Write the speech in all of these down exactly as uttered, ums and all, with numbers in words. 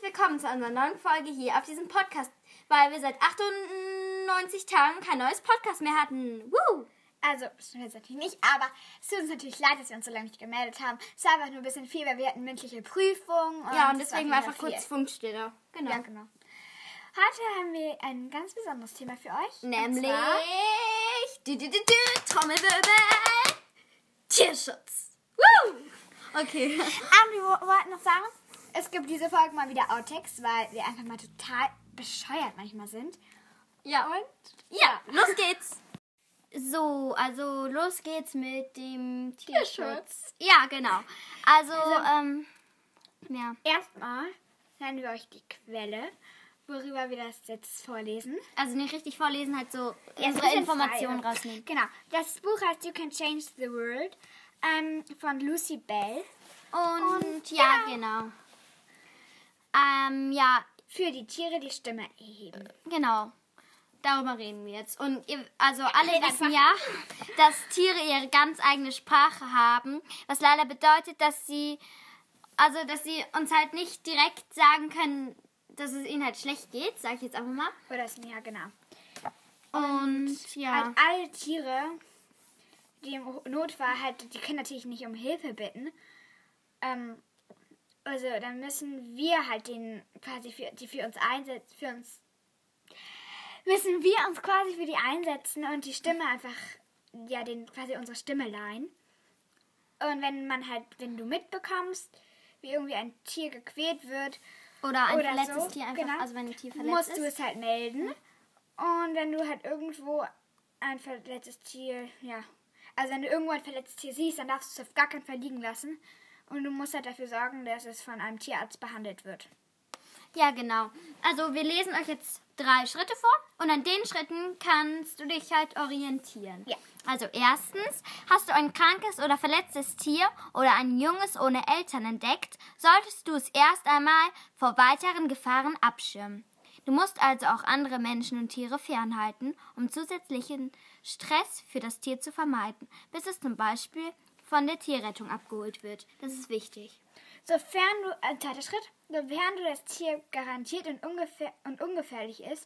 willkommen zu unserer neuen Folge hier auf diesem Podcast, weil wir seit achtundneunzig Tagen kein neues Podcast mehr hatten. Woo! Also, das stimmt jetzt natürlich nicht, aber es tut uns natürlich leid, dass wir uns so lange nicht gemeldet haben. Es war einfach nur ein bisschen viel, weil wir hatten mündliche Prüfungen. Und ja, und deswegen war einfach viel. kurz Funkstille. Genau. Ja, genau. Heute haben wir ein ganz besonderes Thema für euch. Nämlich... Du, du, du, du, Trommelwirbel! Tierschutz. Woo! Okay. Aber wir wo- wollten noch sagen, es gibt diese Folge mal wieder Outtakes, weil wir einfach mal total bescheuert manchmal sind. Ja, und? Ja, los geht's! So, also los geht's mit dem Tierschutz. Tierschutz. Ja, genau. Also, Also- ähm, ja. Erstmal nennen wir euch die Quelle, worüber wir das jetzt vorlesen. Also nicht richtig vorlesen, halt so Ja, ein unsere bisschen Informationen frei. rausnehmen. Genau. Das Buch heißt You Can Change the World ähm, von Lucy Bell. Und, Und, ja, ja. genau. Ähm, ja, Für die Tiere die Stimme erheben. genau. Darüber reden wir jetzt. Und ihr, also alle Red wissen einfach. ja, dass Tiere ihre ganz eigene Sprache haben, was leider bedeutet, dass sie, also dass sie uns halt nicht direkt sagen können, dass es ihnen halt schlecht geht, sage ich jetzt einfach mal. Oder ist ja genau. Und ja, Halt alle Tiere, die im Notfall halt, die können natürlich nicht um Hilfe bitten. Ähm, also dann müssen wir halt den quasi für, die für uns einsetzen, für uns müssen wir uns quasi für die einsetzen und die Stimme einfach, ja, den quasi unsere Stimme leihen. Und wenn man halt, wenn du mitbekommst, wie irgendwie ein Tier gequält wird, oder ein oder verletztes so, Tier einfach, genau, also wenn ein Tier verletzt musst ist. du es halt melden. Und wenn du halt irgendwo ein verletztes Tier, ja, also wenn du irgendwo ein verletztes Tier siehst, dann darfst du es auf gar keinen Fall liegen lassen. Und du musst halt dafür sorgen, dass es von einem Tierarzt behandelt wird. Ja, genau. Also wir lesen euch jetzt drei Schritte vor und an den Schritten kannst du dich halt orientieren. Ja. Also erstens, hast du ein krankes oder verletztes Tier oder ein Junges ohne Eltern entdeckt, solltest du es erst einmal vor weiteren Gefahren abschirmen. Du musst also auch andere Menschen und Tiere fernhalten, um zusätzlichen Stress für das Tier zu vermeiden, bis es zum Beispiel von der Tierrettung abgeholt wird. Das ist wichtig. Sofern du, äh, zweiter Schritt, sofern du das Tier garantiert und, ungefähr, und ungefährlich ist,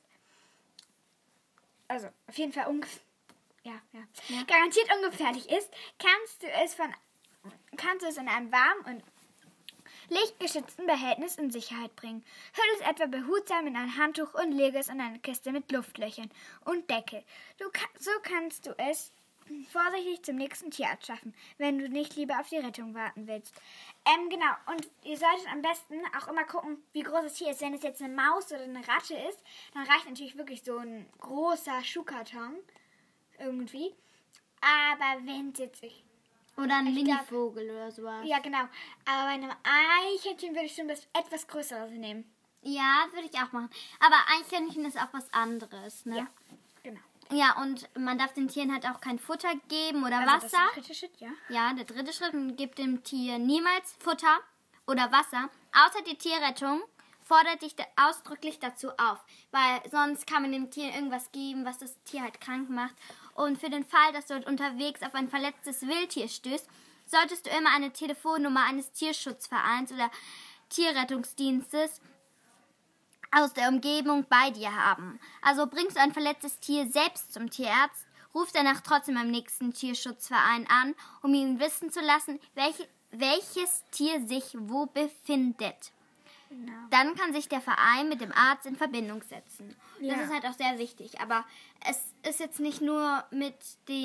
also auf jeden Fall ungefähr, ja, ja, Ja. garantiert ungefährlich ist, kannst du es von, kannst du es in einem warmen und lichtgeschützten Behältnis in Sicherheit bringen. Hülle es etwa behutsam in ein Handtuch und lege es in eine Kiste mit Luftlöchern und Deckel. Du, ka- so kannst du es vorsichtig zum nächsten Tierarzt schaffen, wenn du nicht lieber auf die Rettung warten willst. Ähm, genau. Und ihr solltet am besten auch immer gucken, wie groß das Tier ist. Wenn es jetzt eine Maus oder eine Ratte ist, dann reicht natürlich wirklich so ein großer Schuhkarton irgendwie. Aber wenn es jetzt... Oder ein Ich glaub- Minivogel oder sowas. Ja, genau. Aber bei einem Eichhörnchen würde ich schon das etwas Größeres nehmen. Ja, würde ich auch machen. Aber Eichhörnchen ist auch was anderes, ne? Ja, genau. Ja, und man darf den Tieren halt auch kein Futter geben oder Also das ist Wasser. der dritte Schritt, ja. Ja, der dritte Schritt, man gibt dem Tier niemals Futter oder Wasser, außer die Tierrettung fordert dich da ausdrücklich dazu auf, weil sonst kann man dem Tier irgendwas geben, was das Tier halt krank macht. Und für den Fall, dass du halt unterwegs auf ein verletztes Wildtier stößt, solltest du immer eine Telefonnummer eines Tierschutzvereins oder Tierrettungsdienstes aus der Umgebung bei dir haben. Also bringst du ein verletztes Tier selbst zum Tierarzt, ruf danach trotzdem beim nächsten Tierschutzverein an, um ihn wissen zu lassen, welche, welches Tier sich wo befindet. Genau. Dann kann sich der Verein mit dem Arzt in Verbindung setzen. Ja. Das ist halt auch sehr wichtig. Aber es ist jetzt nicht nur mit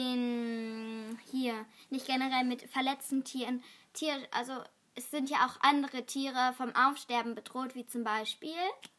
den, hier, nicht generell mit verletzten Tieren. Tier, also es sind ja auch andere Tiere vom Aussterben bedroht, wie zum Beispiel...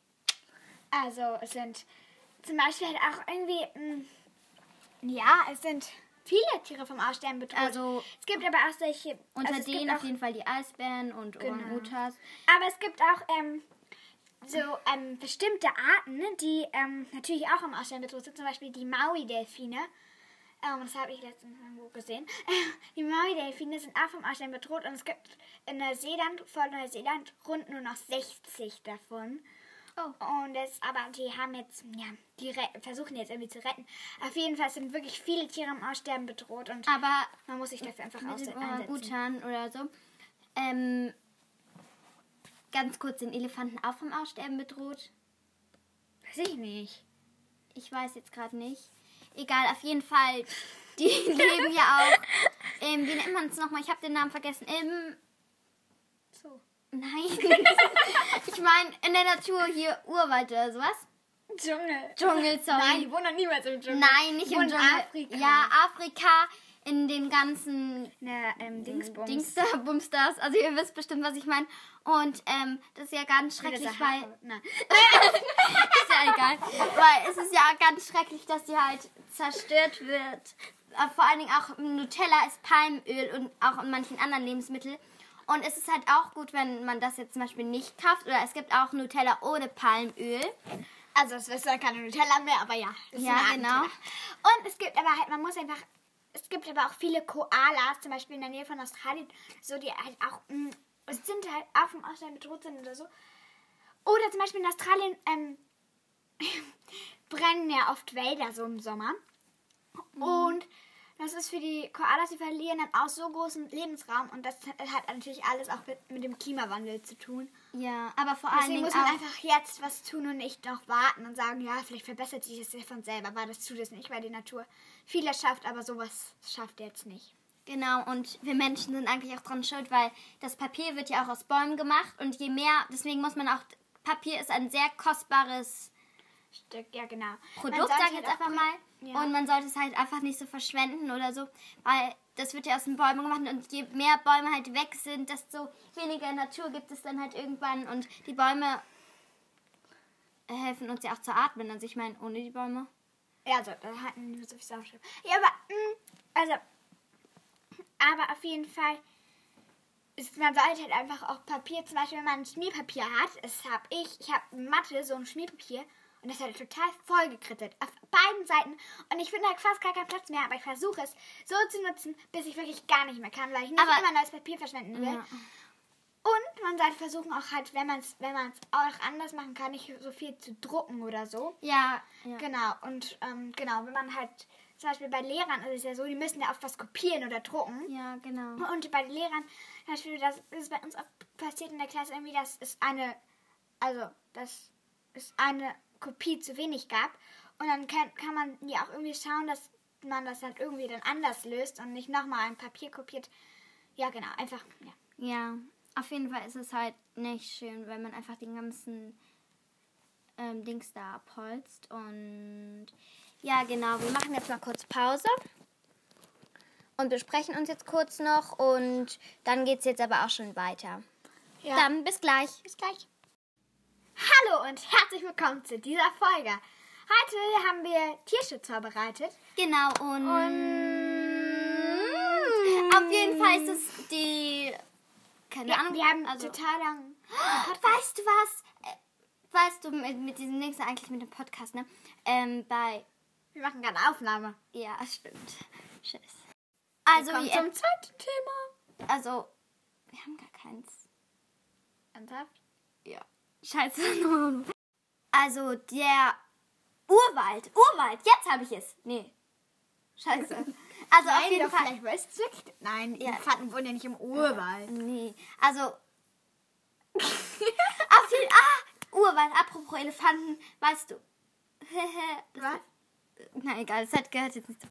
Also es sind zum Beispiel halt auch irgendwie, mh, ja, es sind viele Tiere vom Aussterben bedroht. Also es gibt aber auch solche, unter also es gibt denen auf auch, jeden Fall die Eisbären und Genau. Orang-Utas. aber es gibt auch ähm, so ähm, bestimmte Arten, ne, die ähm, natürlich auch im Aussterben bedroht sind. Zum Beispiel die Maui-Delfine. Ähm, das habe ich letztens irgendwo gesehen. Die Maui-Delfine sind auch vom Aussterben bedroht und es gibt in Neuseeland, vor Neuseeland, rund nur noch sechzig davon. Oh. Und das, aber die haben jetzt, ja, die re- versuchen jetzt irgendwie zu retten. Auf jeden Fall sind wirklich viele Tiere im Aussterben bedroht und Aber man muss sich dafür einfach mit aus- den einsetzen. Orang-Utan oder so, ähm, ganz kurz, sind Elefanten auch vom Aussterben bedroht? Weiß ich nicht. Ich weiß jetzt gerade nicht. Egal, auf jeden Fall, die leben ja auch, ähm, wie nennt man es nochmal? Ich habe den Namen vergessen. Im... So. Nein. Ich meine, in der Natur hier Urwald oder sowas. Dschungel. Dschungel, sorry. Nein, die wohnen noch niemals im Dschungel. Nein, nicht Die im wohnen in Dschungel. Afrika. Ja, Afrika, in den ganzen Na, ähm, Dingsbums. Dingster, Bumsters. Also ihr wisst bestimmt, was ich meine. Und ähm, das ist ja ganz schrecklich, weil... Nein. Ist ja egal. Weil es ist ja ganz schrecklich, dass die halt zerstört wird. Aber vor allen Dingen auch Nutella ist Palmöl und auch in manchen anderen Lebensmitteln. Und es ist halt auch gut, wenn man das jetzt zum Beispiel nicht kauft. Oder es gibt auch Nutella ohne Palmöl. Also es ist dann keine Nutella mehr, aber ja. Das Ja, ist eine genau. Nutella. Und es gibt aber halt, man muss einfach, es gibt aber auch viele Koalas, zum Beispiel in der Nähe von Australien, so die halt auch, mh, es sind halt auch vom Aussterben bedroht sind oder so. Oder zum Beispiel in Australien ähm, brennen ja oft Wälder so im Sommer. Mhm. Und das ist für die Koalas, die verlieren dann auch so großen Lebensraum und das hat natürlich alles auch mit, mit dem Klimawandel zu tun. Ja, aber vor allen Deswegen Dingen muss man auch... einfach jetzt was tun und nicht noch warten und sagen, ja, vielleicht verbessert sich das ja von selber, aber das tut es nicht, weil die Natur vieles schafft, aber sowas schafft er jetzt nicht. Genau, und wir Menschen sind eigentlich auch dran schuld, weil das Papier wird ja auch aus Bäumen gemacht und je mehr, deswegen muss man auch, Papier ist ein sehr kostbares Stück, ja genau. Produkt, sag ich jetzt halt einfach mal. Ja. Und man sollte es halt einfach nicht so verschwenden oder so, weil das wird ja aus den Bäumen gemacht und je mehr Bäume halt weg sind, desto weniger Natur gibt es dann halt irgendwann und die Bäume helfen uns ja auch zu atmen. Also ich meine, ohne die Bäume. Ja, also, da hatten wir so viel Sauerstoff. Ja, aber, mh, also, aber auf jeden Fall, ist, man sollte halt einfach auch Papier, zum Beispiel, wenn man Schmierpapier hat, das habe ich, ich habe in Mathe so ein Schmierpapier und das ist halt total vollgekrittelt, auf beiden Seiten und ich finde halt fast gar keinen Platz mehr, aber ich versuche es so zu nutzen, bis ich wirklich gar nicht mehr kann, weil ich nicht aber, immer neues Papier verschwenden will. Ja. Und man sollte versuchen auch halt, wenn man es wenn man es auch anders machen kann, nicht so viel zu drucken oder so. Ja, ja. Genau, und ähm, genau, wenn man halt, zum Beispiel bei Lehrern ist es ja so, die müssen ja oft was kopieren oder drucken. Ja, genau. Und bei den Lehrern, zum Beispiel, das ist bei uns oft passiert in der Klasse irgendwie, dass es eine, also, dass es eine Kopie zu wenig gab. Und dann kann, kann man ja auch irgendwie schauen, dass man das dann irgendwie dann anders löst und nicht nochmal ein Papier kopiert. Ja, genau, einfach, ja. Ja, auf jeden Fall ist es halt nicht schön, wenn man einfach den ganzen ähm, Dings da abholzt. Und ja, genau, wir machen jetzt mal kurz Pause und besprechen uns jetzt kurz noch und dann geht es jetzt aber auch schon weiter. Ja. Dann bis gleich. Bis gleich. Hallo und herzlich willkommen zu dieser Folge. Heute haben wir Tierschutz vorbereitet. Genau, und, Und auf jeden Fall ist es die, keine ja, Ahnung, wir haben also, total lang. weißt du was? Äh, Weißt du, mit, mit diesem Dings eigentlich mit dem Podcast, ne? Ähm, bei, Wir machen gerade Aufnahme. ja, stimmt. Scheiße. Also, Kommt ihr- zum zweiten Thema. also, wir haben gar keins. Ernsthaft? Ja. Scheiße. Also, der Urwald. Urwald, jetzt habe ich es. Nee. Scheiße. Also, auf jeden doch, Fall. vielleicht weißt du es wirklich. Nein, Ja. Elefanten wohnen ja nicht im Urwald. Nee. Also, auf jeden Ah, Urwald. Apropos Elefanten. Weißt du. Das- Was? Na egal, das hat gehört jetzt nicht so.